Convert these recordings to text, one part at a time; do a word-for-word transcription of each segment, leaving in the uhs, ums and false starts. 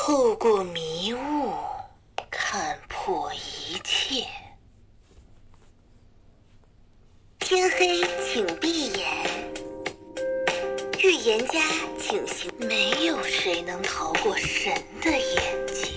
透过迷雾看破一切。天黑请闭眼，预言家请行。没有谁能逃过神的眼睛。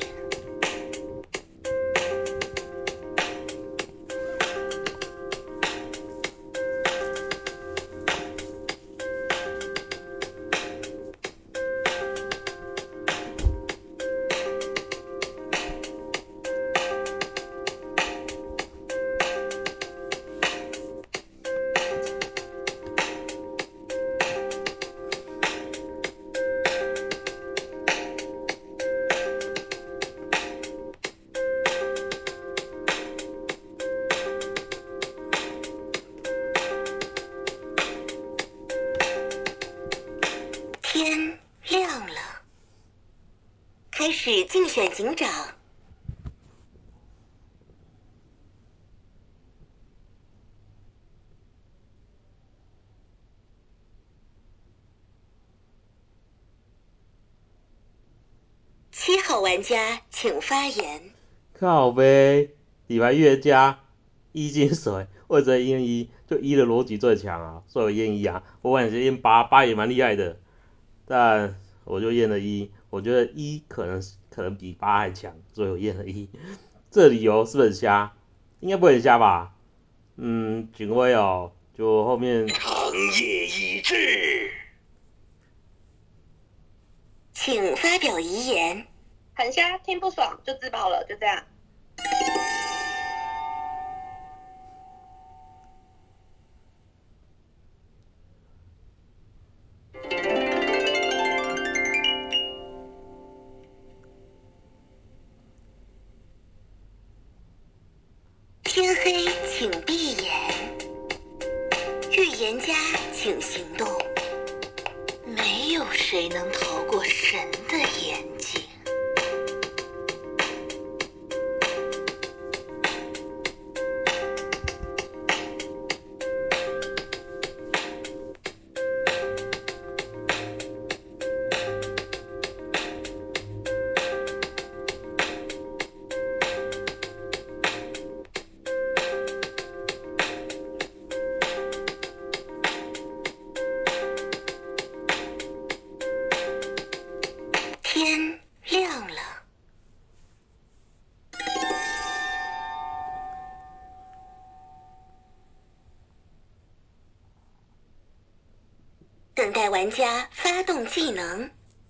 天亮了，开始竞选警长。七号玩家请发言。 靠呗，底牌越加一进水，或者验一，就一的逻辑最强啊，所以我验一啊。我本来是验八，八也蛮厉害的，但我就验了一，我觉得一可能可能比八还强，所以我验了一。这理由是不是很瞎？应该不会很瞎吧？嗯，警徽哦，就后面长夜已至，请发表遗言。 很瞎，听不爽就自爆了，就这样。 天黑请闭眼，预言家请行动。没有谁能逃过神的眼睛。天亮了，等待玩家发动技能。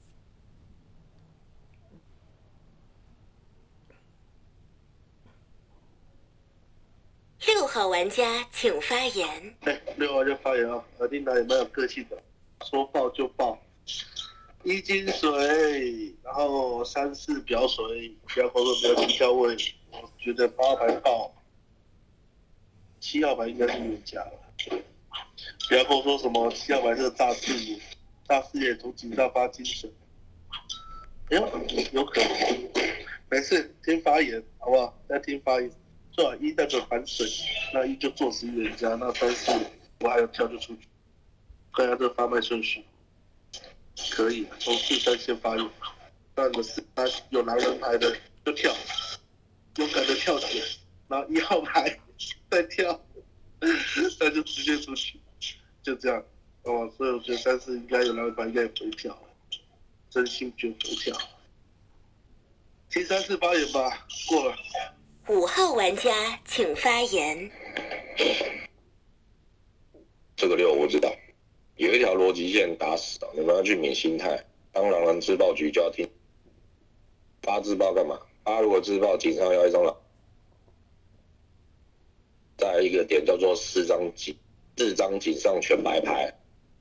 六号玩家请发言。 哎，六号就发言啊！尔丁达也蛮有个性的，说爆就爆。一金水，然后三四表水，不要口说没有气跳位，我觉得八牌爆，七号牌应该是冤家了。不要跟我说什么七号牌是大视野，大视野从井上发金水，哎呦，有可能。没事，听发言好不好？再听发言。做好一代表反水，那一就坐实冤家，那三四我还有跳就出去。看一下这个发卖顺序。可以，从四三先发言，那你们四三有狼人牌的就跳，勇敢的跳起来，然后一号牌再跳，那就直接出去，就这样。哦，所以我觉得三四应该有狼人牌，应该回跳，真心觉得回跳。听三四发言吧，过了。 五号玩家请发言。 这个六我知道，有一条逻辑线打死了，你们要去抿心态。当狼人自爆局就要听八自爆干嘛？八如果自爆，井上要一张狼。再来一个点叫做四张井，四张井上全白牌。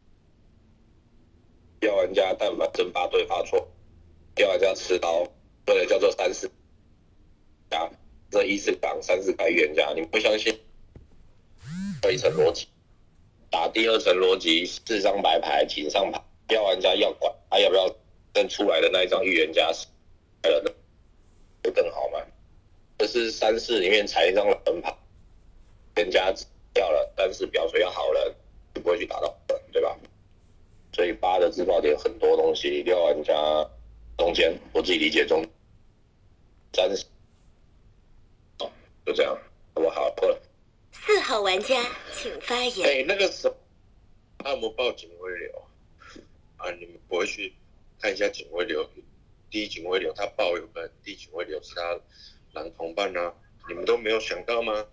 要玩家但凡真八对发错，要玩家持刀，对的叫做三四加，这一四杠三四开预言家，你们会相信？这一层逻辑。打第二层逻辑，四张白牌井上牌，要玩家要管他要不要跟出来的那一张预言家是人的，会更好吗？这是三四里面踩一张人牌，人家掉了，但是表水要好人，就不会去打到人，对吧？所以八的自爆点很多东西，六玩家中间，我自己理解中三十，就这样，好不好？过了。 四号玩家请发言。 哎，那个时候他有没有报警徽流啊？你们不会去看一下警徽流？第一警徽流他报有个第一警徽流是他男同伴啊，你们都没有想到吗？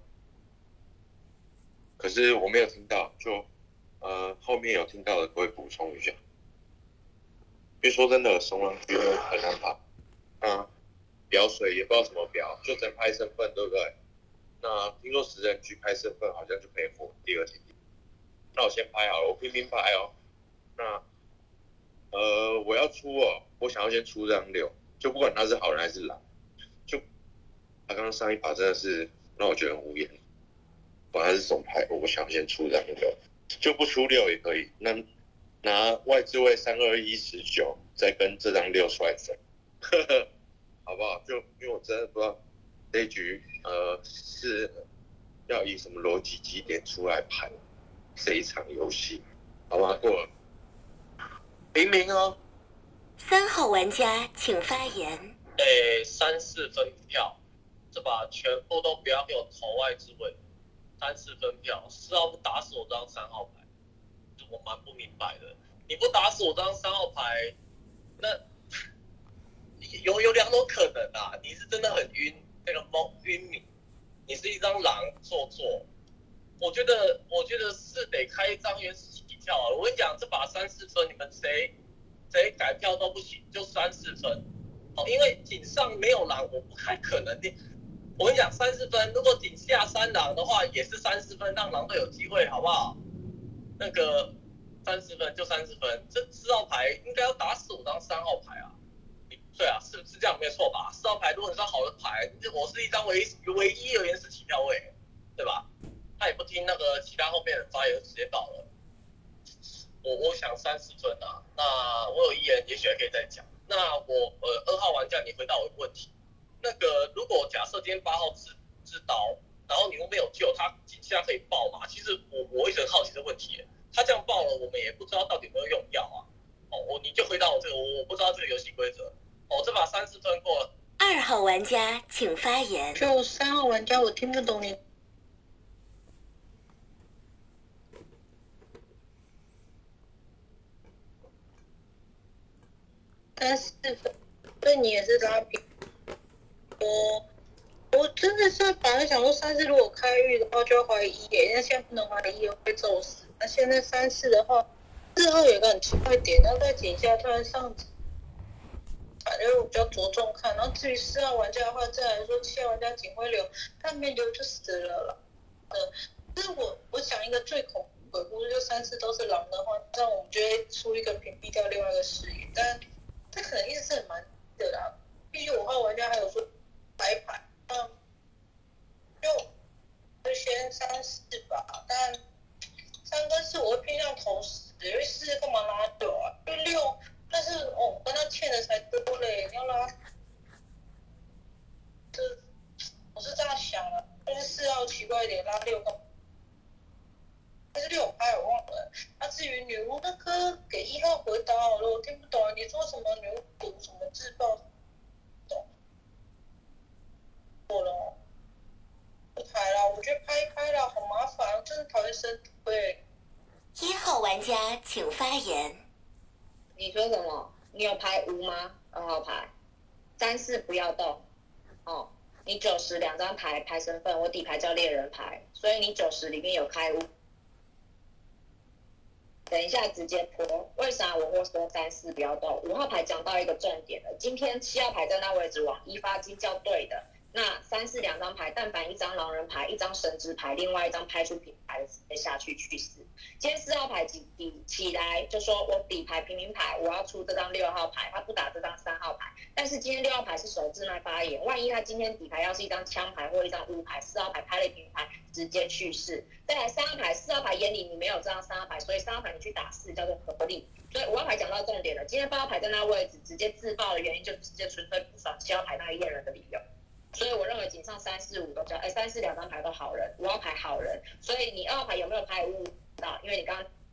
可是我没有听到，就呃后面有听到的可以补充一下。因为说真的，松浪区很难跑啊，表水也不知道怎么表，就只能拍身份，对不对？那听说十人局拍身份好像就可以获第二题。那我先拍好了，我拼命拍哦。那呃我要出哦，我想要先出张六，就不管他是好人还是狼，就他刚刚上一把真的是让我觉得很无言。管他是什么牌，我想要先出张六，就不出六也可以。那拿外置位三二一十九，再跟这张六出来整，好不好？就因为我真的不知道这一局呃是要以什么逻辑基点出来盘这一场游戏，好吗？过了，平民哦。 三号玩家请发言。 诶，三四分票，这把全部都不要给我投外置位，三四分票，四号不打死我这张三号牌，我蛮不明白的。你不打死我这张三号牌，那有有两种可能啊，你是真的很晕，那个猫晕迷，你是一张狼做作。我觉得，我觉得是得开一张原始起跳啊！我跟你讲，这把三四分，你们谁谁改票都不行，就三四分。哦，因为井上没有狼，我不太可能的。我跟你讲，三四分，如果井下三狼的话，也是三四分，让狼队有机会，好不好？那个三四分就三四分，这四号牌应该要打死我张三号牌啊！对啊，是是这样没有错吧？四号牌如果你是好的牌，我是一张唯一唯一的原始起跳位，对吧？他也不听那个其他后面的发言，直接爆了。我我想三四分啊，那我有遗言，也许还可以再讲。那我呃二号玩家，你回答我一个问题，那个如果假设今天八号自自刀，然后你又没有救他，井下可以爆吗？其实我我一直很好奇这个问题，他这样爆了，我们也不知道到底有没有用药啊。哦，我你就回答我这个，我我不知道这个游戏规则。哦，这把三四分过了。 二号玩家请发言。 就三号玩家，我听不懂你。三四分，所以你也是拉平。我我真的是本来想说三四如果开玉的话就要怀疑一耶，那现在不能怀疑，会揍死。那现在三四的话，四号有一个很奇怪的点，然后在井下突然上，反正我比较着重看。然后至于四号玩家的话，再来说七号玩家警徽流，他没留就死了了。呃，就是我我想一个最恐怖的鬼故事，就三四都是狼的话，这样我们就会出一个屏蔽掉另外一个视野，但这可能意思是很蛮的啦。毕竟五号玩家还有说白牌，嗯，就就先三四吧，但三跟四我会偏向投四，因为四干嘛拉九啊？就六，但是哦，跟他欠的才多嘞，你要拉，这我是这样想的，就是四号奇怪一点，拉六干嘛？还是六拍我忘了。那、啊、至于女巫那颗给一号回答好了，我听不懂你说什么女巫毒什么自爆，懂？错了哦，不拍了，我觉得拍一拍了好麻烦，真的讨厌生对。 一号玩家请发言。 你说什么？你有排五吗？二号牌，三四不要动。哦，你九十两张牌排身份，我底牌叫猎人牌，所以你九十里面有开五。等一下直接泼，为啥我会说三四不要动？五号牌讲到一个重点了，今天七号牌在那位置往一发金叫对的，那三四两张牌，但凡一张狼人牌，一张神之牌，另外一张拍出平牌的直接下去去死。今天四号牌底底起来就说我底牌平民牌，我要出这张六号牌，他不打这张三号牌，但是今天六号牌是手自卖发言，万一他今天底牌要是一张枪牌或一张乌牌，四号牌拍了平牌直接去世。再来三号牌，四号牌眼里你没有这张三号牌，所以三号牌你去打四叫做合理。所以五号牌讲到重点了，今天八号牌在那位置直接自爆的原因，就直接纯粹不爽七号牌那个验人的理由。所以我认为井上三四五都叫，哎，三四两张牌都好人，五号牌好人，所以你二号牌有没有牌五？不知道，因为你刚刚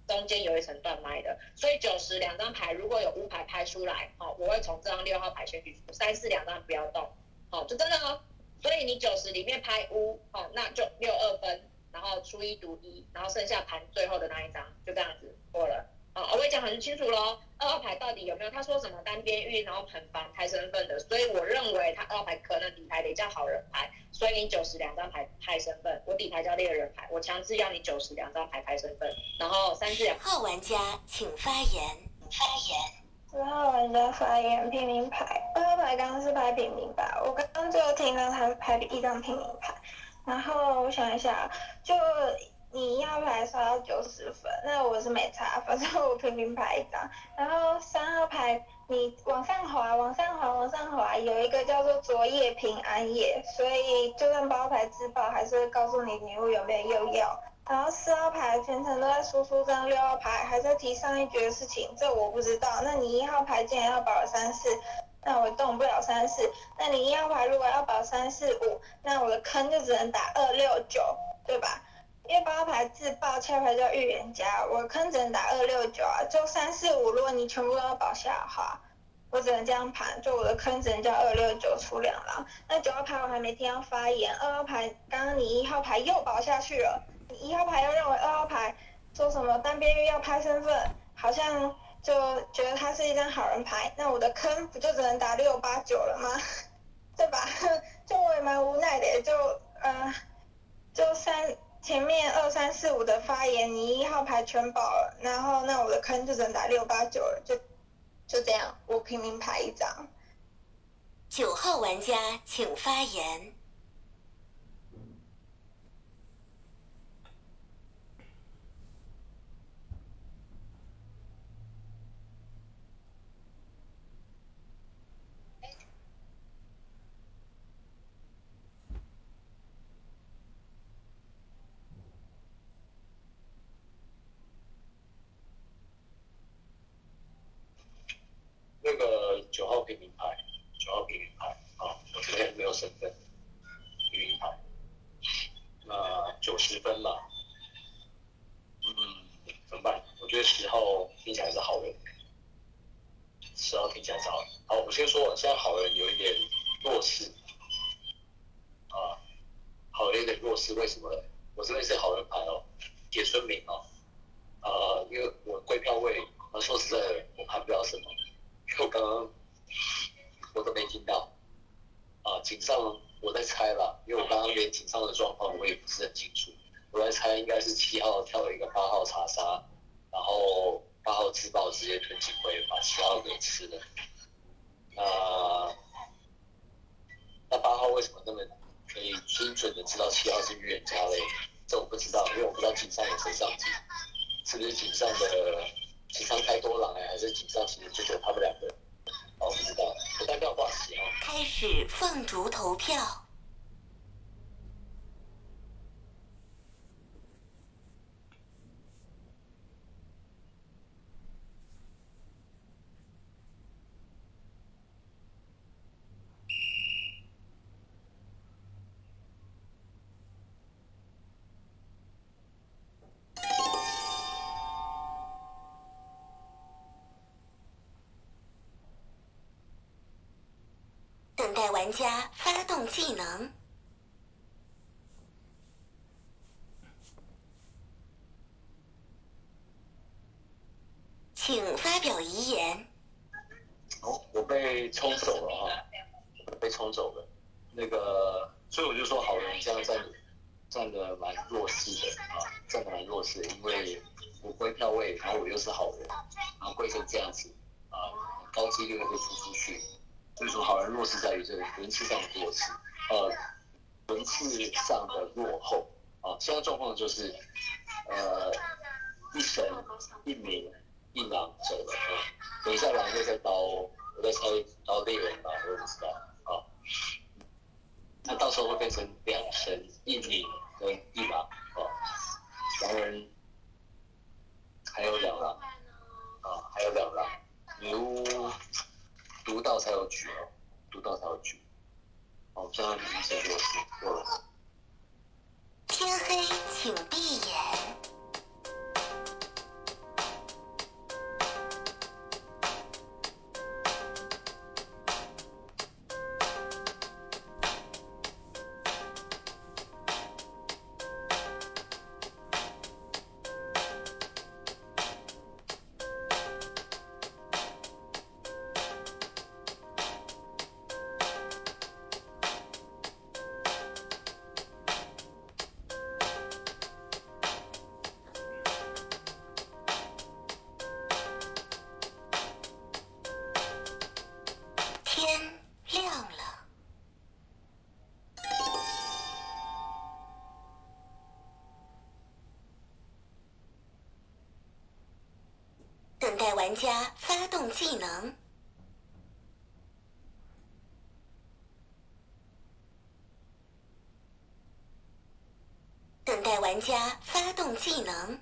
中间有一层断麦的，所以九十两张牌如果有乌牌拍出来，哦，我会从这张六号牌选取出三四两张不要动，哦，就真的哦。所以你九十里面拍乌，哦，那就六二分，然后出一读一，然后剩下盘最后的那一张，就这样子过了。哦，我也讲很清楚喽。二号牌到底有没有？他说什么单边运，然后很防拍身份的，所以我认为他二号牌可能底牌得叫好人牌，所以你九十两张牌拍身份，我底牌叫猎人牌，我强制要你九十两张牌拍身份，然后三四两。 号玩家请发言。发言。 十号玩家发言，平民牌。二号牌刚刚是拍平民吧？我刚刚就听到他拍一张平民牌，然后我想一下，就你一号牌刷到九十分，那我是没差，反正我平民牌一张。然后三号牌你往上滑，往上滑，往上滑，有一个叫做昨夜平安夜，所以就算包牌自爆，还是会告诉你礼物有没有又要。然后四号牌全程都在输出这张六号牌，还在提上一局的事情，这我不知道。那你一号牌既然要保三四，那我动不了三四。那你一号牌如果要保三四五，那我的坑就只能打二六九，对吧？因为八号牌自爆，七号牌叫预言家，我的坑只能打二六九啊。就三四五，如果你全部都要保下的话，我只能这样盘，就我的坑只能叫二六九出两狼。那九号牌我还没听到发言，二号牌刚刚你一号牌又保下去了。你一号牌又认为二号牌说什么单边运要拍身份，好像就觉得它是一张好人牌，那我的坑不就只能打六八九了吗？对吧？就我也蛮无奈的，就呃，就三前面二三四五的发言，你一号牌全保了，然后那我的坑就只能打六八九了，就就这样，我平民牌一张。 九号玩家请发言。 那个九号平民牌，九号平民牌，啊，我这边没有身份，平民牌，那九十分嘛，嗯，怎么办？我觉得十号听起来是好人，十号听起来是好人。好，我先说，现在好人有一点弱势，啊，好人有点弱势，为什么呢？我这边是好人牌哦，铁村民哦，啊，因为我归票位，啊，说实在的，我盘不了什么，因为我刚刚我都没听到。啊，井上我在猜啦，因为我刚刚连井上的状况我也不是很清楚，我在猜应该是七号跳了一个八号查杀，然后八号自爆直接吞警徽把七号给吃了。那那八号为什么那么可以精准的知道七号是预言家嘞？这我不知道，因为我不知道井上有谁上井，是不是井上的井上开多狼哎，还是井上其实就只有他们两个？哦，不知道，不代表话题哦。 开始放逐投票。等待玩家发动技能，请发表遗言。 哦，我被冲走了哈，我被冲走了。那个，所以我就说好人这样站站的蛮弱势的啊，站的蛮弱势的，因为我归票位，然后我又是好人，然后归成这样子啊，高几率会被出出去。所以说好人弱势在于这个人气上的弱势，呃，人气上的落后啊。现在状况就是，呃，一神一民一狼走了啊，等一下狼会再刀，我在猜刀猎人吧，我也不知道啊。那到时候会变成两神一民跟一狼啊，狼人还有两狼啊，还有两狼，牛独到才有局哦，独到才有局。哦，这样已经弱势过了。 天黑请闭眼。 家发动技能。等待玩家发动技能。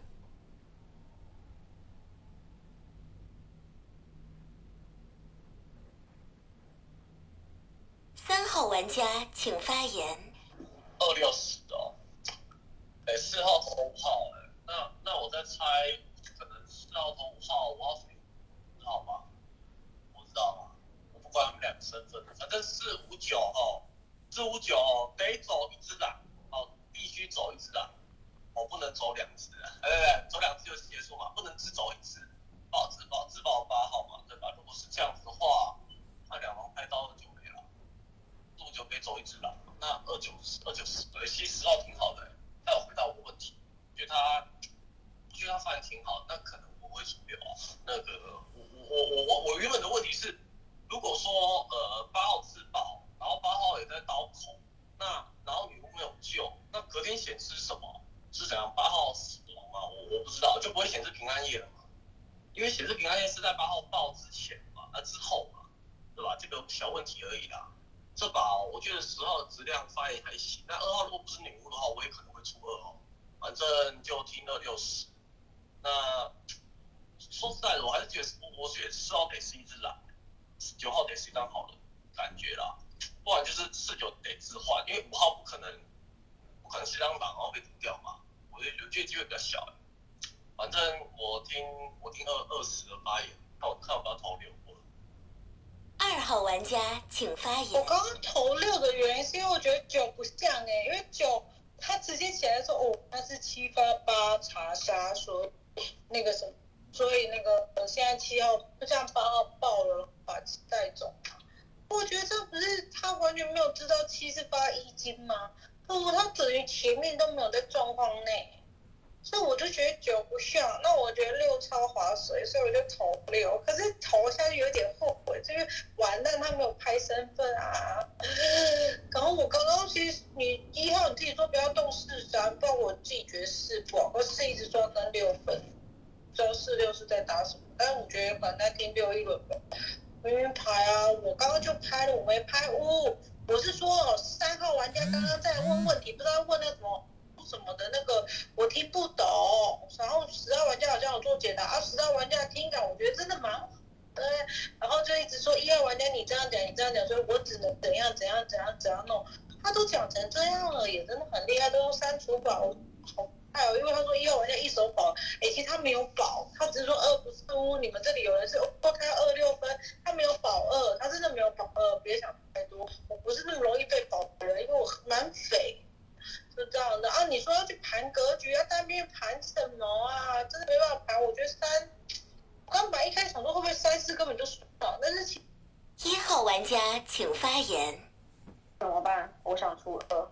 三号玩家请发言。 二六十哦，哎，四号投五号，哎，那那我在猜，可能四号投五号，五号选四号吧，我知道吗？我不管他们两个身份，反正四五九哦，四五九哦，得走一只狼哦，必须走一只狼，哦，不能走两只，哎对对，走两只就结束嘛，不能只走一只，报自报自报八号嘛，对吧？如果是这样子的话，那两狼拍刀的就没了，四五九可以走一只狼。那二九二九十，对，其实十号挺好的、欸。但我回答我的问题，我觉得他，我觉得他发言挺好，那可能我会出六啊。那个，我我我我我原本的问题是，如果说呃八号自爆，然后八号也在刀口，那然后女巫没有救，那隔天显示什么？是怎样？八号死亡吗？我我不知道，就不会显示平安夜了嘛？因为显示平安夜是在八号爆之前嘛，那之后嘛，对吧？这个小问题而已啦。这把我觉得十号的质量发言还行，那二号如果不是女巫的话，我也可能会出二号，反正就听二六十。那说实在的，我还是觉得我选四号得是一只狼，九号得是一张好的感觉啦，不然就是四九得置换，因为五号不可能不可能是一张狼然后被毒掉嘛，我觉得我觉得机会比较小、欸。反正我听我听二二十的发言，看我看我不要投六。 二号玩家请发言。 我刚刚投六的原因是因为我觉得九不像哎、欸，因为九他直接起来说哦，他是七发八查杀，所以那个什么，所以那个现在七号就这样八号爆了，把七带走。我觉得这不是他完全没有知道七是发一金吗？不，他等于前面都没有在状况内。所以我就觉得九不像，那我觉得六超划水，所以我就投六。可是投下去有点后悔，就是完蛋，他没有拍身份啊。然后我刚刚其实你一号你自己说不要动四三，不然我自己觉得四不好，可是一直说要跟六分，不知道四六是在打什么。但是我觉得反正听六一轮吧，明明牌啊，我刚刚就拍了，我没拍五。我是说三号玩家刚刚在问问题，不知道问那什么。什么的那个我听不懂，然后十号玩家好像有做解答，啊，十号玩家听感我觉得真的蛮好的，然后就一直说一号玩家你这样讲，你这样讲，所以我只能怎样怎样怎样怎样弄，他都讲成这样了，也真的很厉害，都用删除法，我好害哦，因为他说一号玩家一手保，哎，其实他没有保，他只是说二不是乌，你们这里有人是哦，他要二六分，他没有保二，他真的没有保二，别想太多，我不是那么容易被保的人，因为我蛮肥。就这样的啊！你说要去盘格局，要单边盘什么啊？真的没办法盘。我觉得三，我刚本来一开始想说会不会三四根本就输了，但是一号玩家请发言。 怎么办？我想出二，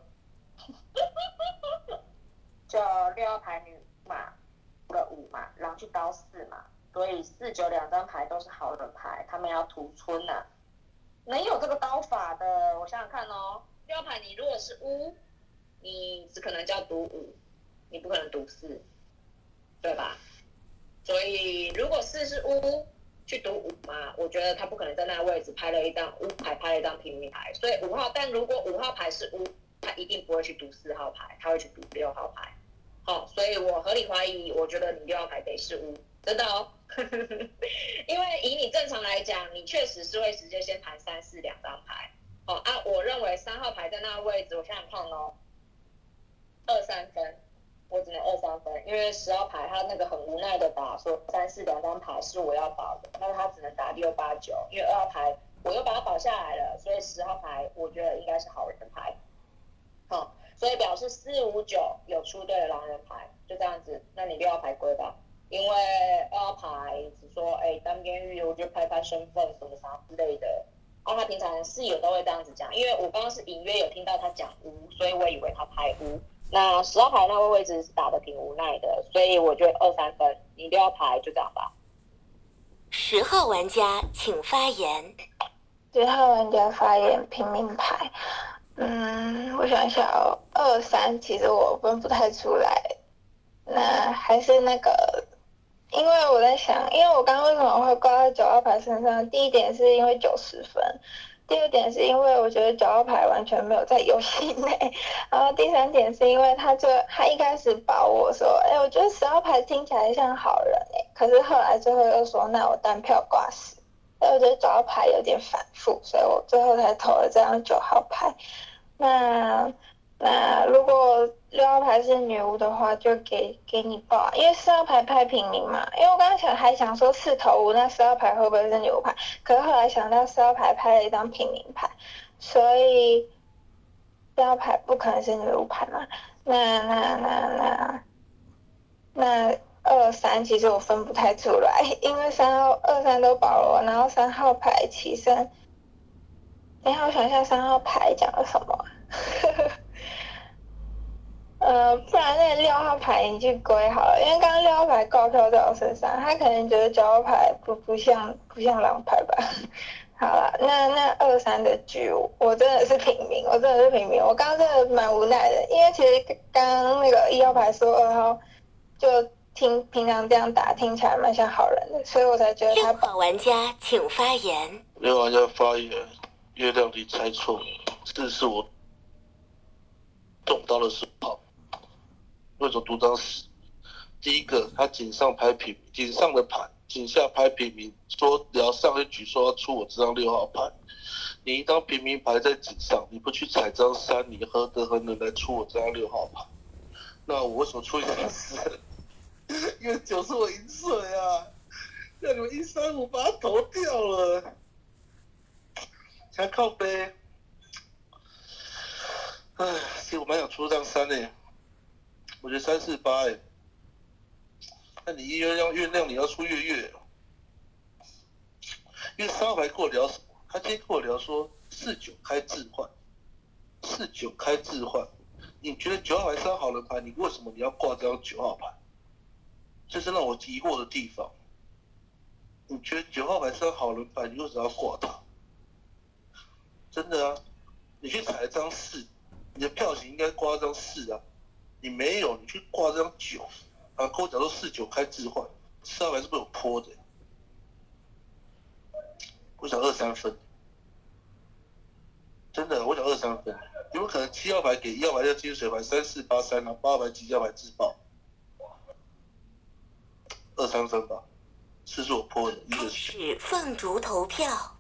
就六号牌女嘛，出了五嘛，狼去刀四嘛，所以四九两张牌都是好人牌，他们要屠村呐、啊。能有这个刀法的，我想想看哦，六号牌你如果是乌。你只可能叫读五，你不可能读四，对吧？所以如果四是乌去读五嘛，我觉得他不可能在那个位置拍了一张乌牌，拍了一张平民牌。所以五号，但如果五号牌是乌，他一定不会去读四号牌，他会去读六号牌。好、哦，所以我合理怀疑，我觉得你六号牌得是乌，真的哦。因为以你正常来讲，你确实是会直接先盘三四两张牌。好、哦、啊，我认为三号牌在那个位置，我想想看哦。二三分，我只能二三分，因为十号牌他那个很无奈的打说三四两张牌是我要保的，那他只能打六八九，因为二号牌我又把它保下来了，所以十号牌我觉得应该是好人牌，好、哦，所以表示四五九有出对的狼人牌，就这样子，那你六号牌归吧，因为二号牌只说哎单边预我就拍拍身份什么啥之类的。然后他平常室友都会这样子讲，因为我刚刚是隐约有听到他讲乌，所以我以为他拍乌。那十号牌那个位置是打得挺无奈的，所以我觉得二三分，你六号牌就这样吧。 十号玩家请发言。 十号玩家发言平民牌。嗯，我想一下哦，二三其实我分不太出来，那还是那个因为我在想，因为我刚刚为什么会挂在九号牌身上？第一点是因为九十分，第二点是因为我觉得九号牌完全没有在游戏内，然后第三点是因为他就他一开始保我说，哎，我觉得十号牌听起来像好人哎，可是后来最后又说，那我单票挂十，所以我觉得九号牌有点反复，所以我最后才投了这张九号牌。那那如果六号牌是女巫的话，就给给你报，因为四号牌拍平民嘛。因为我刚刚想还想说四头五，那四号牌会不会是女巫牌？可是后来想到四号牌拍了一张平民牌，所以四号牌不可能是女巫牌嘛。那那那那那二三其实我分不太出来，因为三号二三都保了我，然后三号牌起身。等一下，我想一下三号牌讲了什么。呃，不然那六号牌你去归好了，因为刚刚六号牌挂票在我身上，他可能觉得九号牌不不像不像狼牌吧。好了，那那二三的局我真的是平民，我真的是平民，我刚刚真的蛮无奈的，因为其实刚刚那个一号牌说二号就听平常这样打听起来蛮像好人的，所以我才觉得他。 六号玩家请发言。 六号玩家发言，月亮你猜错了，这是我中到的十号。为什么读张十？第一个，他井上拍平民，井上的牌，井下拍平民，说聊上一局说要出我这张六号牌，你一张平民牌在井上，你不去踩张三，你何德何能来出我这张六号牌？那我为什么出一张四？因为九是我饮水啊，让你们一三五把它投掉了，才靠背。唉，其实我蛮想出张三的，我觉得三四八哎。那你月亮月亮你要出月月，因为三号牌跟我聊什么？他今天跟我聊说四九开置换，四九开置换。你觉得九号牌是张好人牌，你为什么你要挂这张九号牌？这是让我疑惑的地方。你觉得九号牌是张好人牌，你为什么要挂它？真的啊，你去踩张四，你的票型应该挂张四啊，你没有，你去挂张九，啊，跟我讲说四九开置换，四号牌是被我泼的。我想二三分，真的，我想二三分。有没有可能七号牌给一号牌叫金水牌，三四八三啊，八号牌七号牌自爆，二三分吧，这是我泼的。 开始放逐投票。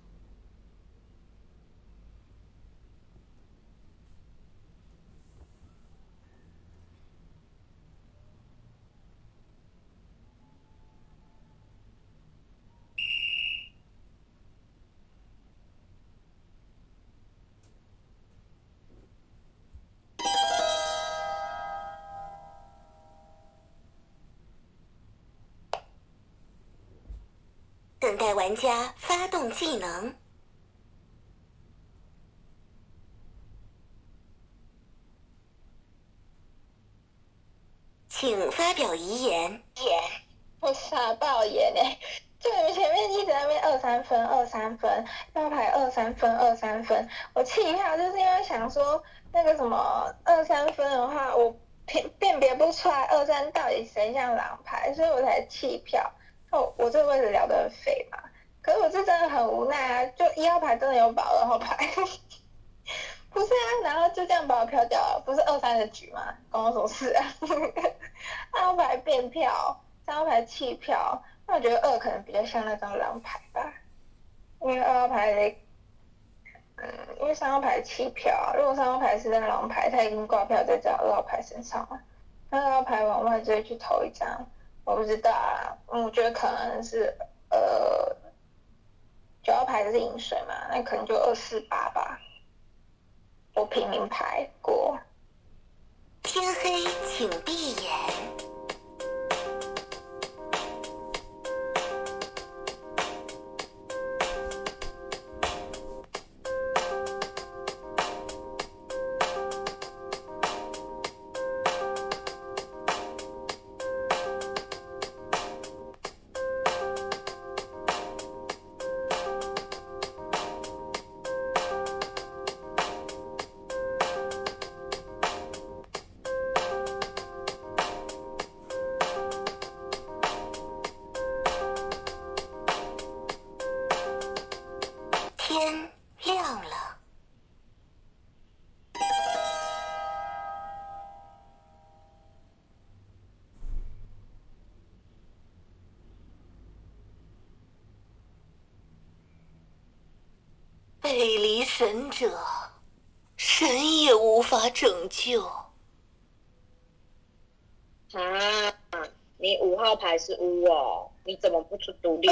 等待玩家发动技能，请发表遗言。 言，我傻爆眼哎！就你们前面一直在那边二三分二三分，要排二三分二三分，我气票就是因为想说那个什么二三分的话，我辨辨别不出来二三到底谁像狼牌，所以我才弃票。我我这个位置聊得很肥嘛，可是我是真的很无奈啊，就一号牌真的有保，二号牌不是啊，然后就这样把我票掉了，不是二三的局吗？关我什么事啊？二号牌变票，三号牌弃票，那我觉得二可能比较像那张狼牌吧，因为二号牌的，嗯，因为三号牌弃票啊，如果三号牌是在狼牌，他已经挂票在这二号牌身上了，那二号牌往外直接去投一张，我不知道啊，嗯，我觉得可能是呃九号牌是饮水嘛，那可能就二四八吧，我平民牌过。 天黑请闭眼。 天亮了。背离神者，神也无法拯救。 啊，你五号牌是乌哦，你怎么不出独立？